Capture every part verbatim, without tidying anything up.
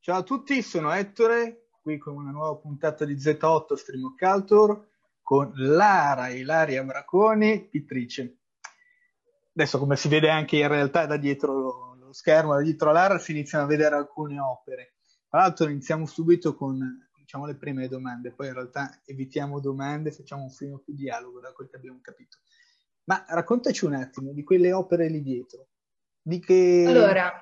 Ciao a tutti, sono Ettore, qui con una nuova puntata di Z otto Stream of Culture con Lara Ilaria Braconi, pittrice. Adesso, come si vede anche in realtà da dietro lo, lo schermo, da dietro a Lara si iniziano a vedere alcune opere. Tra l'altro iniziamo subito con, diciamo, le prime domande, poi in realtà evitiamo domande, facciamo un film più dialogo da quel che abbiamo capito. Ma raccontaci un attimo di quelle opere lì dietro, di che... Allora,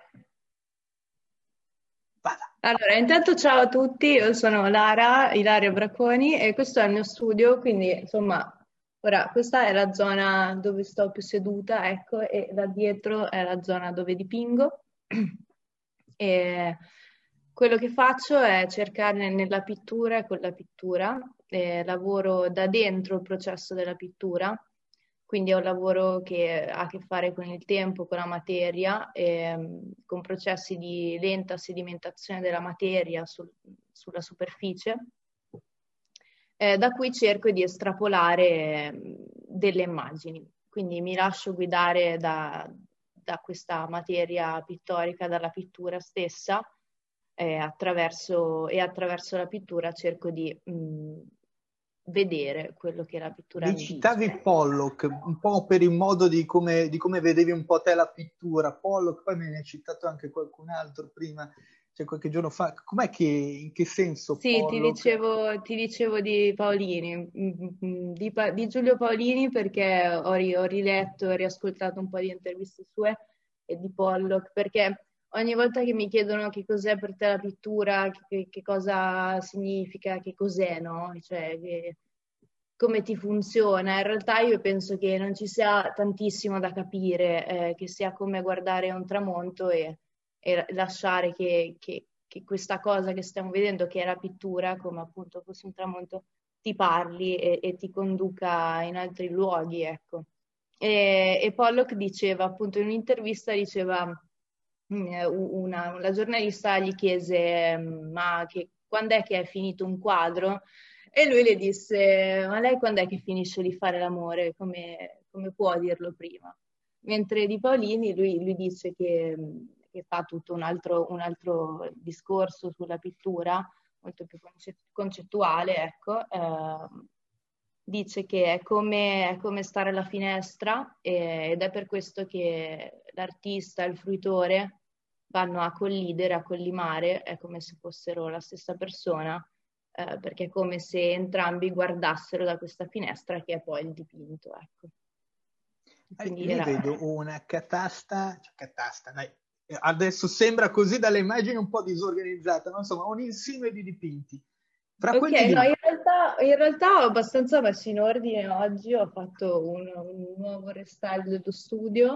allora, intanto ciao a tutti, io sono Lara, Ilaria Bracconi e questo è il mio studio, quindi insomma, ora questa è la zona dove sto più seduta, ecco, e da dietro è la zona dove dipingo. E quello che faccio è cercare nella pittura e con la pittura, eh, lavoro da dentro il processo della pittura, quindi è un lavoro che ha a che fare con il tempo, con la materia, ehm, con processi di lenta sedimentazione della materia sul- sulla superficie, eh, da cui cerco di estrapolare ehm, delle immagini. Quindi mi lascio guidare da, da questa materia pittorica, dalla pittura stessa, eh, attraverso, e attraverso la pittura cerco di mh, vedere quello che la pittura Mi mi dice. citavi Pollock, un po' per il modo di come, di come vedevi un po' te la pittura. Pollock, poi me ne hai citato anche qualcun altro prima, cioè qualche giorno fa. Com'è che, in che senso Sì, ti Pollock? dicevo, ti dicevo di Paolini, mm, mm, di, Pa- di Giulio Paolini perché ho, ri- ho riletto e riascoltato un po' di interviste sue e di Pollock, perché ogni volta che mi chiedono che cos'è per te la pittura, che, che cosa significa, che cos'è, no? Cioè, che- come ti funziona, in realtà io penso che non ci sia tantissimo da capire, eh, che sia come guardare un tramonto e e lasciare che, che- che questa cosa che stiamo vedendo, che è la pittura, come appunto fosse un tramonto, ti parli e, e ti conduca in altri luoghi, ecco. E, e Pollock diceva, appunto in un'intervista, diceva, mm, eh, una, la giornalista gli chiese, mm, ma che, quando è che è finito un quadro? E lui le disse, ma lei quando è che finisce di fare l'amore? Come, come può dirlo prima? Mentre di Paolini lui, lui dice che, che fa tutto un altro, un altro discorso sulla pittura, molto più conce- concettuale, ecco. Eh, dice che è come, è come stare alla finestra eh, ed è per questo che l'artista e il fruitore vanno a collidere, a collimare, è come se fossero la stessa persona, eh, perché è come se entrambi guardassero da questa finestra che è poi il dipinto, ecco. Eh, Quindi lì era... vedo una catasta, cioè catasta, dai. Eh, Adesso sembra così dalle immagini un po' disorganizzata, ma insomma un insieme di dipinti. Fra Ok, quelli no, lì, in realtà, in realtà ho abbastanza messo in ordine oggi, ho fatto un, un nuovo restyle dello studio,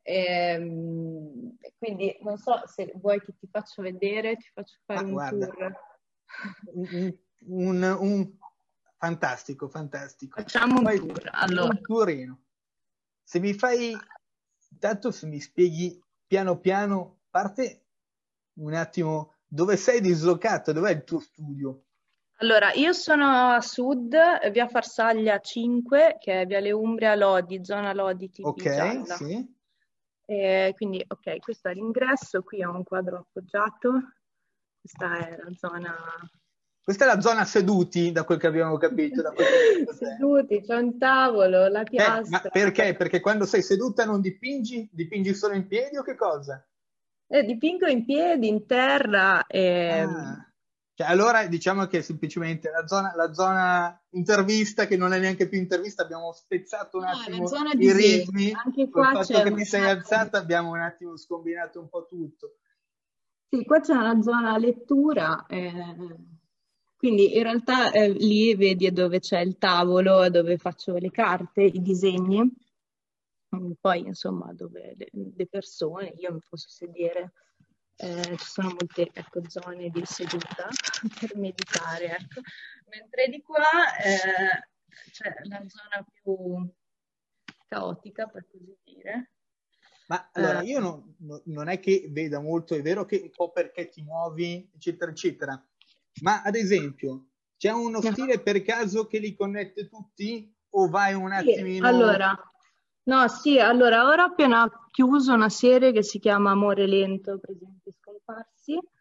ehm, quindi non so se vuoi che ti faccio vedere, ti faccio fare ma un guarda, tour. un, un, un- fantastico, fantastico. Facciamo un Poi tour. Allora, un turino. Se mi fai, intanto se mi spieghi piano piano, parte un attimo dove sei dislocato, dov'è il tuo studio? allora, io sono a sud, via Farsaglia cinque, che è Viale Umbria, Lodi, zona Lodi T P Ok, gialla. sì. E quindi, ok, questo è l'ingresso, qui ho un quadro appoggiato, questa è la zona... Questa è la zona seduti, da quel che abbiamo capito, da quel che mi hai detto te. Seduti, c'è un tavolo, la Eh, ma piastra. perché? Perché quando sei seduta non dipingi? Dipingi solo in piedi o che cosa? Eh, dipingo in piedi, in terra. ehm, Ah, cioè allora diciamo che semplicemente la zona, la zona intervista, che non è neanche più intervista, abbiamo spezzato un No, è la attimo zona i disegni. ritmi, Anche col qua fatto c'è che una ti sei zona... alzata abbiamo un attimo scombinato un po' tutto. Sì, qua c'è una zona lettura, eh, quindi in realtà eh, lì vedi dove c'è il tavolo, dove faccio le carte, i disegni. Mm, poi insomma dove le, le persone, io mi posso sedere, eh, ci sono molte ecco, zone di seduta per meditare, ecco. Mentre di qua eh, c'è la zona più caotica, per così dire. Ma allora, Eh, io no- no- non è che veda molto, è vero che un po' perché ti muovi, eccetera, eccetera, ma ad esempio, c'è uno stile per caso che li connette tutti o vai un Sì, attimino... allora, no, sì, allora, ora ho appena chiuso una serie che si chiama Amore lento, presenti scomparsi,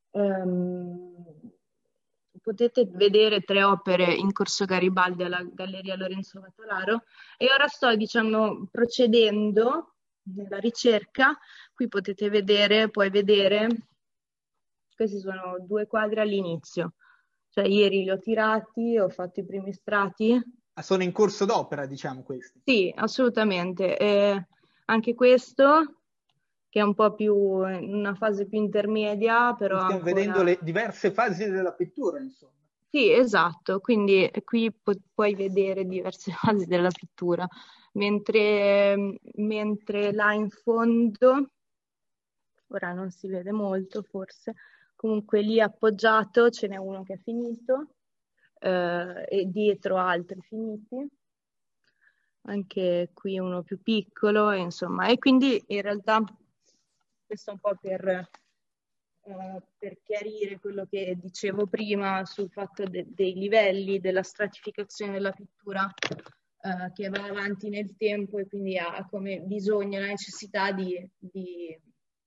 Um, potete vedere tre opere in Corso Garibaldi alla Galleria Lorenzo Vattalaro e ora sto, diciamo, procedendo nella ricerca. Qui potete vedere, puoi vedere, questi sono due quadri all'inizio, cioè ieri li ho tirati, ho fatto i primi strati. Ah, sono in corso d'opera, diciamo, questi? Sì, assolutamente. Eh, anche questo, che è un po' più in una fase più intermedia, però Stiamo ancora... vedendo le diverse fasi della pittura, insomma. Sì, esatto, quindi qui pu- puoi vedere diverse fasi della pittura, mentre, mentre là in fondo, ora non si vede molto forse, comunque lì appoggiato ce n'è uno che è finito eh, e dietro altri finiti, anche qui uno più piccolo, insomma, e quindi in realtà questo è un po' per Uh, per chiarire quello che dicevo prima sul fatto de- dei livelli della stratificazione della pittura uh, che va avanti nel tempo e quindi ha come bisogno, la necessità di, di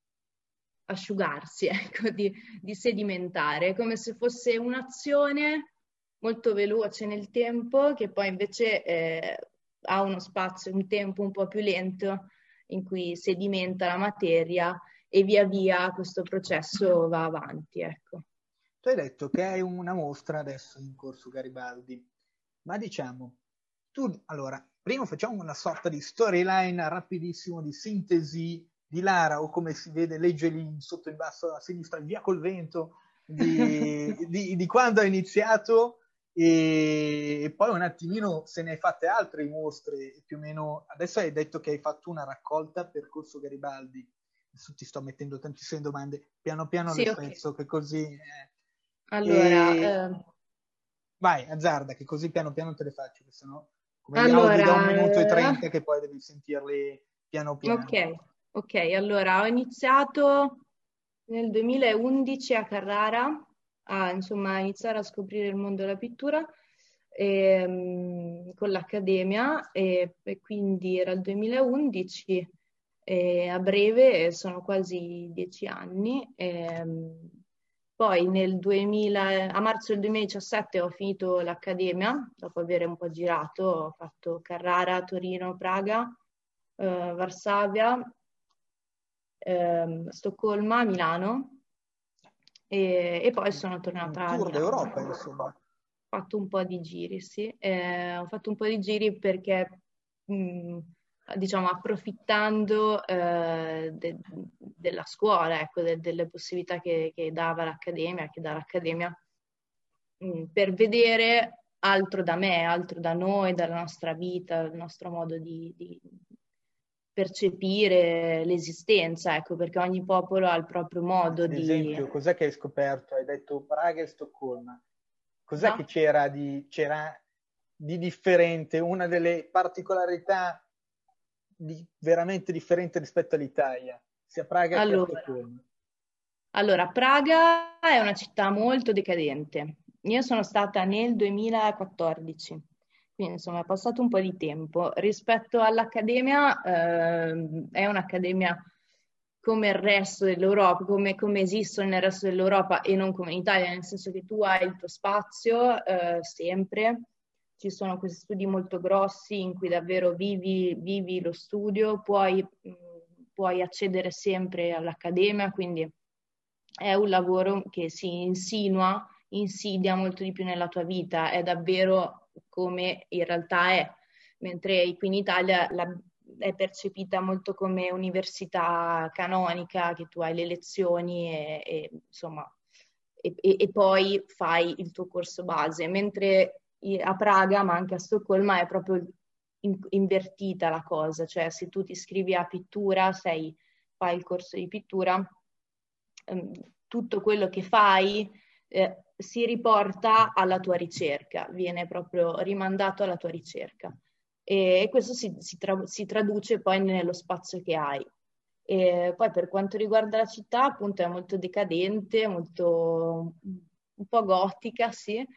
asciugarsi, ecco, di, di sedimentare, come se fosse un'azione molto veloce nel tempo che poi invece eh, ha uno spazio, un tempo un po' più lento in cui sedimenta la materia e via via questo processo va avanti, ecco. Tu hai detto che hai una mostra adesso in Corso Garibaldi, ma diciamo, tu, allora, prima facciamo una sorta di storyline rapidissimo, di sintesi di Lara, o come si vede, legge lì in sotto in basso a sinistra, Via col vento, di, di, di quando ha iniziato, e, e poi un attimino se ne hai fatte altre mostre, più o meno, adesso hai detto che hai fatto una raccolta per Corso Garibaldi. Adesso ti sto mettendo tantissime domande, piano piano Sì, le ok. spezzo, che così... Eh. Allora, E... eh, Vai, azzarda, che così piano piano te le faccio, che sennò come gli Audi da un allora, minuto e eh, trenta che poi devi sentirli piano piano. ok, ok, allora ho iniziato nel duemilaundici a Carrara a insomma iniziare a scoprire il mondo della pittura ehm, con l'Accademia e, e quindi era il duemilaundici e a breve sono quasi dieci anni. ehm, Poi nel duemila, a marzo del duemiladiciassette ho finito l'Accademia, dopo aver un po' girato, ho fatto Carrara, Torino, Praga, eh, Varsavia, ehm, Stoccolma, Milano e, e poi sono Un tornata a tour Milano. d'Europa, insomma. Ho fatto un po' di giri, sì. Eh, ho fatto un po' di giri perché, mh, diciamo, approfittando eh, de- della scuola, ecco, de- delle possibilità che, che dava l'Accademia, che dà l'Accademia, mh, per vedere altro da me, altro da noi, dalla nostra vita, il nostro modo di, di percepire l'esistenza, ecco, perché ogni popolo ha il proprio modo Ad di... esempio, cos'è che hai scoperto? Hai detto Praga e Stoccolma. Cos'è che Esatto. c'era di, c'era di differente, una delle particolarità di, veramente differente rispetto all'Italia, sia Praga che a Allora, Stoccolma? allora, Praga è una città molto decadente. Io sono stata nel duemilaquattordici, quindi insomma è passato un po' di tempo. Rispetto all'Accademia, ehm, è un'Accademia come il resto dell'Europa, come, come esistono nel resto dell'Europa e non come in Italia, nel senso che tu hai il tuo spazio eh, sempre. Ci sono questi studi molto grossi in cui davvero vivi, vivi lo studio, puoi, mh, puoi accedere sempre all'Accademia, quindi è un lavoro che si insinua, insidia molto di più nella tua vita, è davvero come in realtà è, mentre qui in Italia la, è percepita molto come università canonica, che tu hai le lezioni e, e insomma, e, e, e poi fai il tuo corso base, mentre a Praga, ma anche a Stoccolma, è proprio in, invertita la cosa, cioè se tu ti iscrivi a pittura, sei, fai il corso di pittura, ehm, tutto quello che fai eh, si riporta alla tua ricerca, viene proprio rimandato alla tua ricerca e, e questo si, si, tra, si traduce poi nello spazio che hai. E poi per quanto riguarda la città, appunto è molto decadente, molto un po' gotica, sì,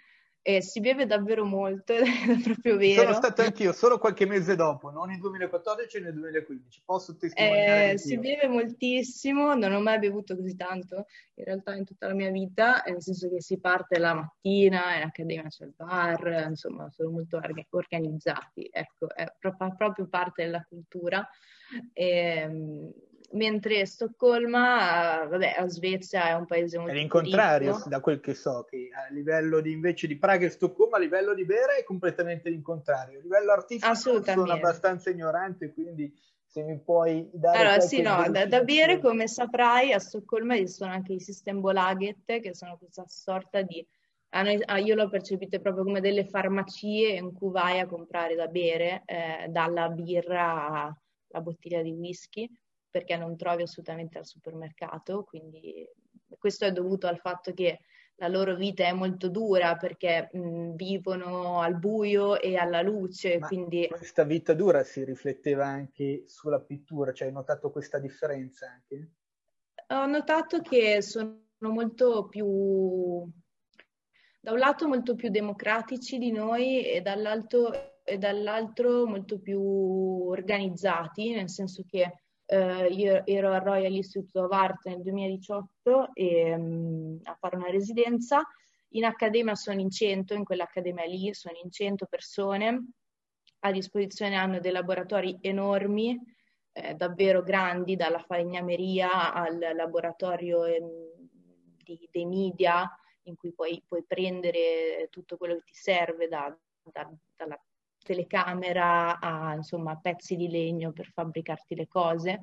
E si beve davvero molto, è proprio Ci sono vero. stato anch'io, solo qualche mese dopo, non nel duemilaquattordici e nel duemilaquindici. Posso testimoniare Eh, si anch'io. beve moltissimo, non ho mai bevuto così tanto in realtà in tutta la mia vita, nel senso che si parte la mattina, in accademia c'è il bar, insomma sono molto orga- organizzati, ecco, è pro- fa proprio parte della cultura. Ehm, mentre Stoccolma, eh, vabbè, la Svezia è un paese È molto più l'incontrario, ricco. da quel che so, che a livello di, invece di Praga e Stoccolma, a livello di bere è completamente l'incontrario. A livello artistico sono Assolutamente. abbastanza ignorante, quindi se mi puoi dare Allora, sì, qualche no, da, da bere, delucidazione. come saprai, a Stoccolma esistono anche i Systembolaget, che sono questa sorta di... a noi- ah, io l'ho percepito proprio come delle farmacie in cui vai a comprare da bere, eh, dalla birra alla bottiglia di whisky, perché non trovi assolutamente al supermercato, quindi questo è dovuto al fatto che la loro vita è molto dura, perché mh, vivono al buio e alla luce, Ma quindi questa vita dura si rifletteva anche sulla pittura, cioè hai notato questa differenza anche? ho notato che sono molto più, da un lato molto più democratici di noi e dall'altro, e dall'altro molto più organizzati, nel senso che eh, io ero al Royal Institute of Art nel duemiladiciotto e, mh, a fare una residenza. In accademia sono in cento, in quell'accademia lì sono in cento persone, a disposizione hanno dei laboratori enormi, eh, davvero grandi, dalla falegnameria al laboratorio ehm, di, dei media, in cui puoi, puoi prendere tutto quello che ti serve da, da, dalla telecamera a insomma, pezzi di legno per fabbricarti le cose.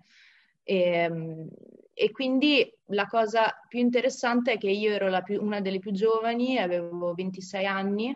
E, e quindi la cosa più interessante è che io ero la più, una delle più giovani, avevo ventisei anni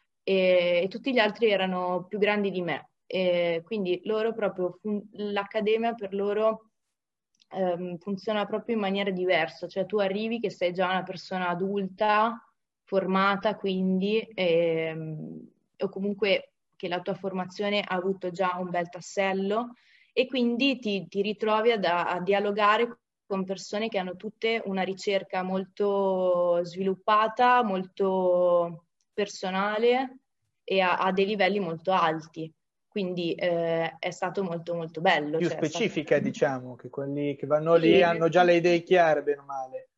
e, e tutti gli altri erano più grandi di me. E quindi loro proprio, fun- l'accademia per loro ehm, funziona proprio in maniera diversa, cioè tu arrivi che sei già una persona adulta, formata quindi, ehm, o comunque che la tua formazione ha avuto già un bel tassello e quindi ti, ti ritrovi a, a dialogare con persone che hanno tutte una ricerca molto sviluppata, molto personale e a, a dei livelli molto alti. Quindi eh, è stato molto molto bello. Più Cioè è stato... specifica, diciamo, che quelli che vanno lì Sì, hanno già le idee chiare, bene o male.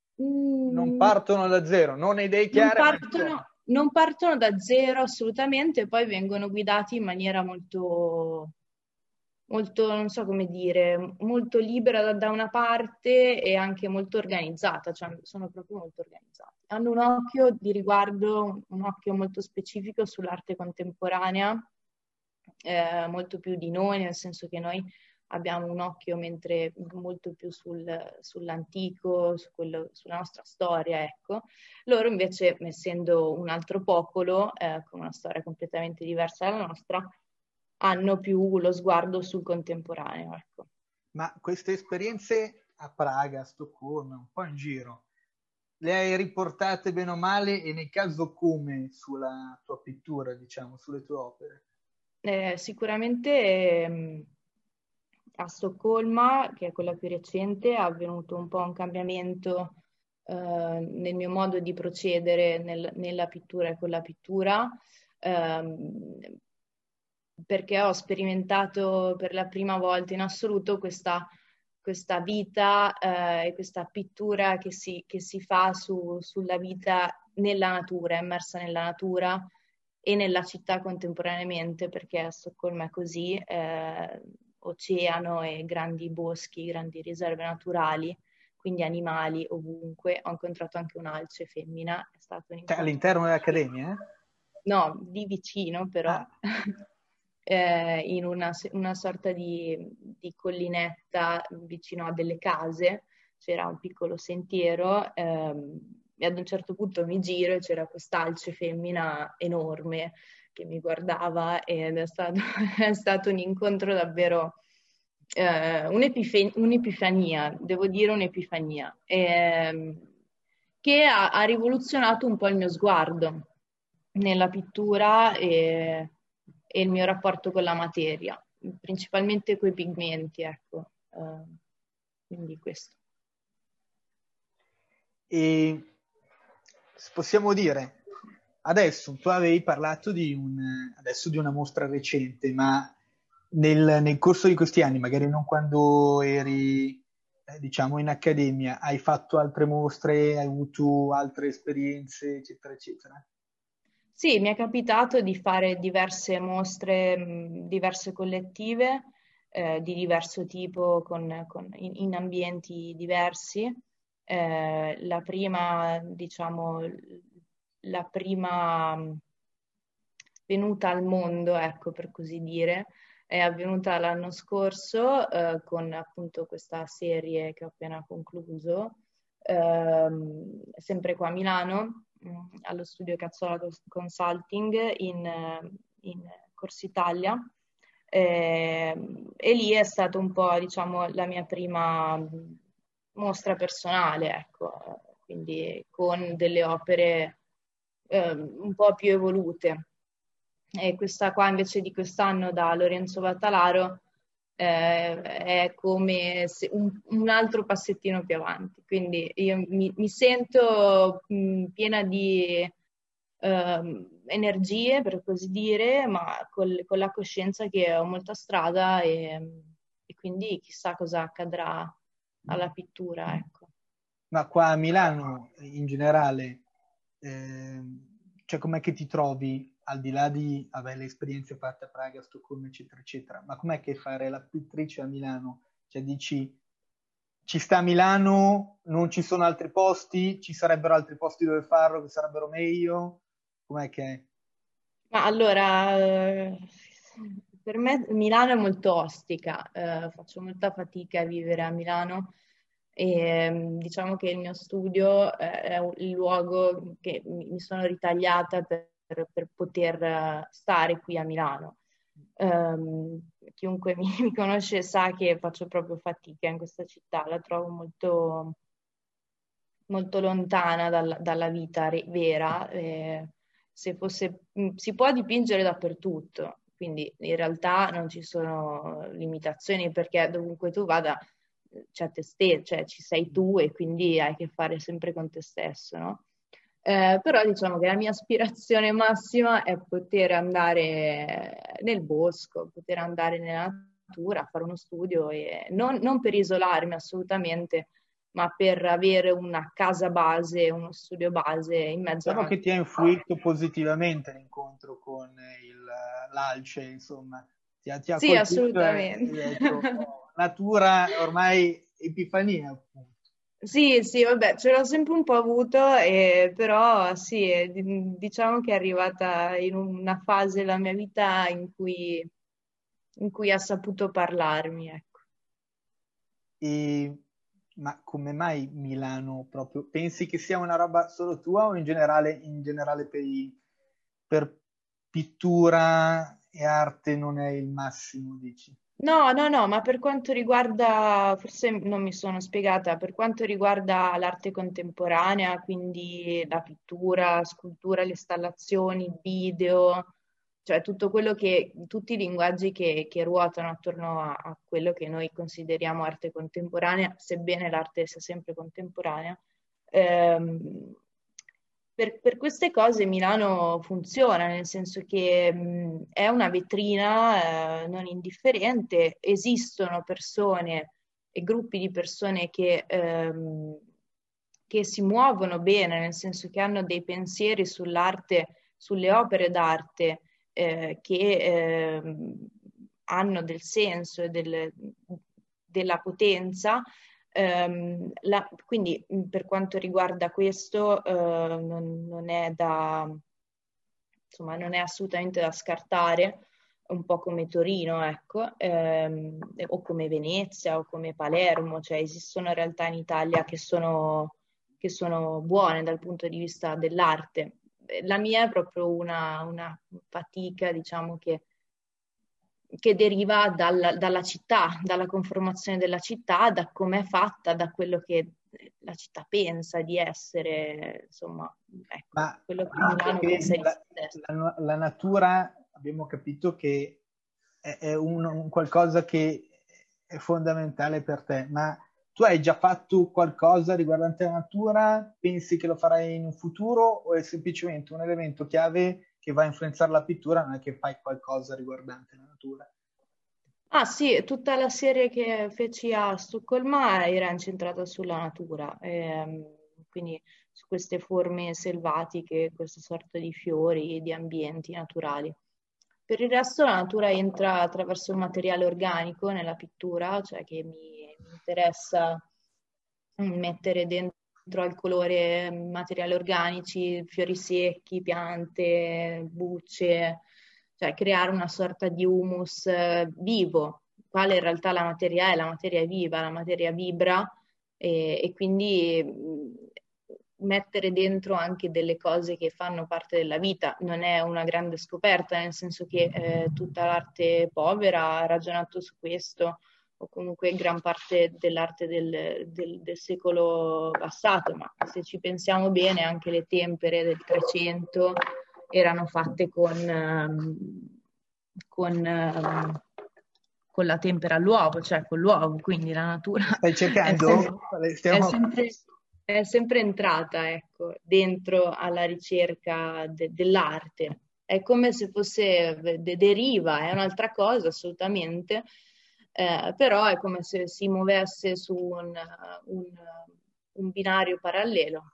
Non mm, partono da zero, non idee non chiare, ma insomma. partono, non partono da zero assolutamente, e poi vengono guidati in maniera molto, molto, non so come dire, molto libera da, da una parte e anche molto organizzata, cioè sono proprio molto organizzati. Hanno un occhio di riguardo, un occhio molto specifico sull'arte contemporanea, eh, molto più di noi, nel senso che noi abbiamo un occhio mentre molto più sul, sull'antico, su quello, sulla nostra storia, ecco. Loro invece, essendo un altro popolo, eh, con una storia completamente diversa dalla nostra, hanno più lo sguardo sul contemporaneo, ecco. Ma queste esperienze a Praga, a Stoccolma, un po' in giro, le hai riportate bene o male e nel caso come sulla tua pittura, diciamo, sulle tue opere? Eh, sicuramente ehm, a Stoccolma, che è quella più recente, è avvenuto un po' un cambiamento eh, nel mio modo di procedere nel- nella pittura e con la pittura, ehm, perché ho sperimentato per la prima volta in assoluto questa, questa vita eh, e questa pittura che si, che si fa su- sulla vita nella natura, immersa nella natura e nella città contemporaneamente, perché a Stoccolma è così, eh, oceano e grandi boschi, grandi riserve naturali, quindi animali ovunque. Ho incontrato anche un'alce femmina, è stato un Cioè, incontro all'interno bellissimo. dell'accademia, eh? No, di vicino però, Ah, eh, in una, una sorta di, di collinetta vicino a delle case, c'era un piccolo sentiero ehm, e ad un certo punto mi giro e c'era quest'alce femmina enorme che mi guardava ed è stato, è stato un incontro davvero, eh, un'epife- un'epifania, devo dire un'epifania, ehm, che ha, ha rivoluzionato un po' il mio sguardo nella pittura e, e il mio rapporto con la materia, principalmente con i pigmenti, ecco. Eh, quindi questo. e possiamo dire, adesso tu avevi parlato di, un, adesso di una mostra recente, ma nel, nel corso di questi anni, magari non quando eri, eh, diciamo, in accademia, hai fatto altre mostre, hai avuto altre esperienze, eccetera, eccetera? Sì, mi è capitato di fare diverse mostre, mh, diverse collettive, eh, di diverso tipo con- con- in, in ambienti diversi. Eh, la prima, diciamo, l- la prima mh, venuta al mondo, ecco, per così dire, è avvenuta l'anno scorso, eh, con appunto questa serie che ho appena concluso, ehm, sempre qua a Milano, mh, allo studio Cazzola Consulting in, eh, in Corso Italia. Eh, e lì è stata un po', diciamo, la mia prima mh, mostra personale, ecco, quindi con delle opere eh, un po' più evolute. E questa qua invece di quest'anno da Lorenzo Vattalaro eh, è come se un, un altro passettino più avanti. Quindi io mi, mi sento mh, piena di ehm, energie, per così dire, ma col- con la coscienza che ho molta strada e, e quindi chissà cosa accadrà alla pittura, ecco. Ma qua a Milano, in generale, ehm, cioè com'è che ti trovi, al di là di avere le esperienze fatte a Praga, Stoccolma, eccetera, eccetera, ma com'è che fare la pittrice a Milano? Cioè dici, ci sta a Milano, non ci sono altri posti, ci sarebbero altri posti dove farlo che sarebbero meglio? Com'è che è? Ma allora, eh, per me Milano è molto ostica, eh, faccio molta fatica a vivere a Milano e mm, diciamo che il mio studio eh, è un- il luogo che mi mi sono ritagliata per, per poter eh, stare qui a Milano. Ehm, chiunque mi, mi conosce sa che faccio proprio fatica in questa città, la trovo molto molto lontana dal- dalla vita re- vera. Eh, se fosse, mh, si può dipingere dappertutto, quindi in realtà non ci sono limitazioni perché dovunque tu vada eh, c'è te stesso, cioè ci sei tu e quindi hai a che fare sempre con te stesso, no? Eh, però diciamo che la mia aspirazione massima è poter andare nel bosco, poter andare nella natura, fare uno studio e non, non per isolarmi assolutamente, ma per avere una casa base, uno studio base in mezzo Diciamo alla che ti ha natura. influito positivamente l'incontro con il, l'Alce, insomma, ti ha, ti ha Sì, colpito e hai assolutamente. detto, "Oh, natura, ormai epifania, appunto." Sì, sì, vabbè, ce l'ho sempre un po' avuto, e, però sì, eh, di- diciamo che è arrivata in una fase della mia vita in cui, in cui ha saputo parlarmi, ecco. E, ma come mai Milano proprio? Pensi che sia una roba solo tua o in generale, in generale per, i- per pittura e arte non è il massimo, dici? No, no, no, ma per quanto riguarda, forse non mi sono spiegata, per quanto riguarda l'arte contemporanea, quindi la pittura, la scultura, le installazioni, il video, cioè tutto quello che, tutti i linguaggi che, che ruotano attorno a, a quello che noi consideriamo arte contemporanea, sebbene l'arte sia sempre contemporanea, ehm, per, per queste cose Milano funziona, nel senso che mh, è una vetrina eh, non indifferente, esistono persone e gruppi di persone che, ehm, che si muovono bene, nel senso che hanno dei pensieri sull'arte, sulle opere d'arte eh, che ehm, hanno del senso e del- della potenza. Ehm, la- quindi mh, per quanto riguarda questo, eh, non, non è da, insomma, non è assolutamente da scartare, un po' come Torino, ecco, ehm, o come Venezia o come Palermo, cioè esistono realtà in Italia che sono, che sono buone dal punto di vista dell'arte. La mia è proprio una, una fatica, diciamo, che che deriva dal- dalla città, dalla conformazione della città, da come è fatta, da quello che la città pensa di essere, insomma, ecco, Ma quello che visto Milano che pensa di la, se stessa. la- la natura abbiamo capito che è, è un, un qualcosa che è fondamentale per te, ma tu hai già fatto qualcosa riguardante la natura? Pensi che lo farai in un futuro o è semplicemente un elemento chiave che va a influenzare la pittura, non è che fai qualcosa riguardante la natura? Ah sì, tutta la serie che feci a Stoccolma era incentrata sulla natura, ehm, quindi su queste forme selvatiche, questa sorta di fiori, di ambienti naturali. Per il resto la natura entra attraverso il materiale organico nella pittura, cioè che mi, mi interessa mettere dentro al colore materiali organici, fiori secchi, piante, bucce, cioè creare una sorta di humus eh, vivo, quale in realtà la materia è, la materia è viva, la materia vibra e, e quindi mh, mettere dentro anche delle cose che fanno parte della vita. Non è una grande scoperta, nel senso che eh, tutta l'arte povera ha ragionato su questo, o comunque gran parte dell'arte del, del, del secolo passato, ma se ci pensiamo bene anche le tempere del trecento erano fatte con, um, con, um, con la tempera all'uovo, cioè con l'uovo, quindi la natura Stai è sempre, cercando? è Stiamo... sempre, è sempre entrata, ecco, dentro alla ricerca de- dell'arte. È come se fosse, de- deriva, è un'altra cosa assolutamente, eh, però è come se si muovesse su un, un, un binario parallelo.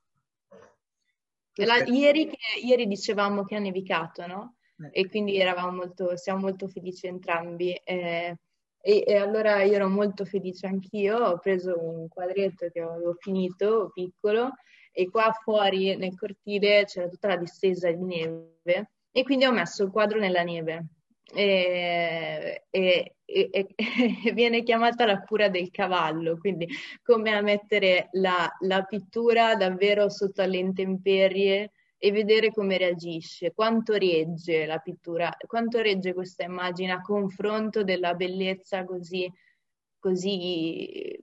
La, Ok. ieri, che, ieri dicevamo che ha nevicato, no? Eh, E quindi eravamo molto, siamo molto felici entrambi. eh, e, e allora io ero molto felice anch'io, ho preso un quadretto che avevo finito, piccolo, e qua fuori nel cortile c'era tutta la distesa di neve e quindi ho messo il quadro nella neve. E, e- e- e- e viene chiamata la cura del cavallo, quindi come a mettere la, la pittura davvero sotto alle intemperie e vedere come reagisce, quanto regge la pittura, quanto regge questa immagine a confronto della bellezza così, così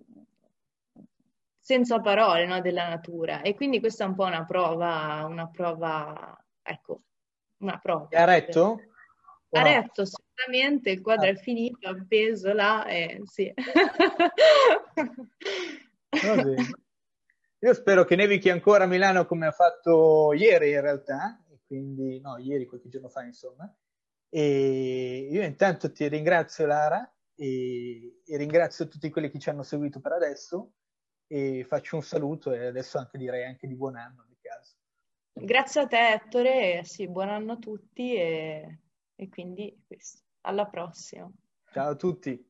senza parole, no, della natura. E quindi questa è un po' una prova, una prova, ecco, una È a prova. Per... retto o Ha no? retto assolutamente, il quadro Ah, è finito, appeso là, e sì. va bene. Io spero che nevichi ancora a Milano come ha fatto ieri in realtà, e quindi no, ieri, qualche giorno fa insomma. E io intanto ti ringrazio Lara e, e ringrazio tutti quelli che ci hanno seguito per adesso e faccio un saluto e adesso anche direi anche di buon anno nel caso. Grazie a te, Ettore, sì, buon anno a tutti e, e quindi questo. Alla prossima. Ciao a tutti.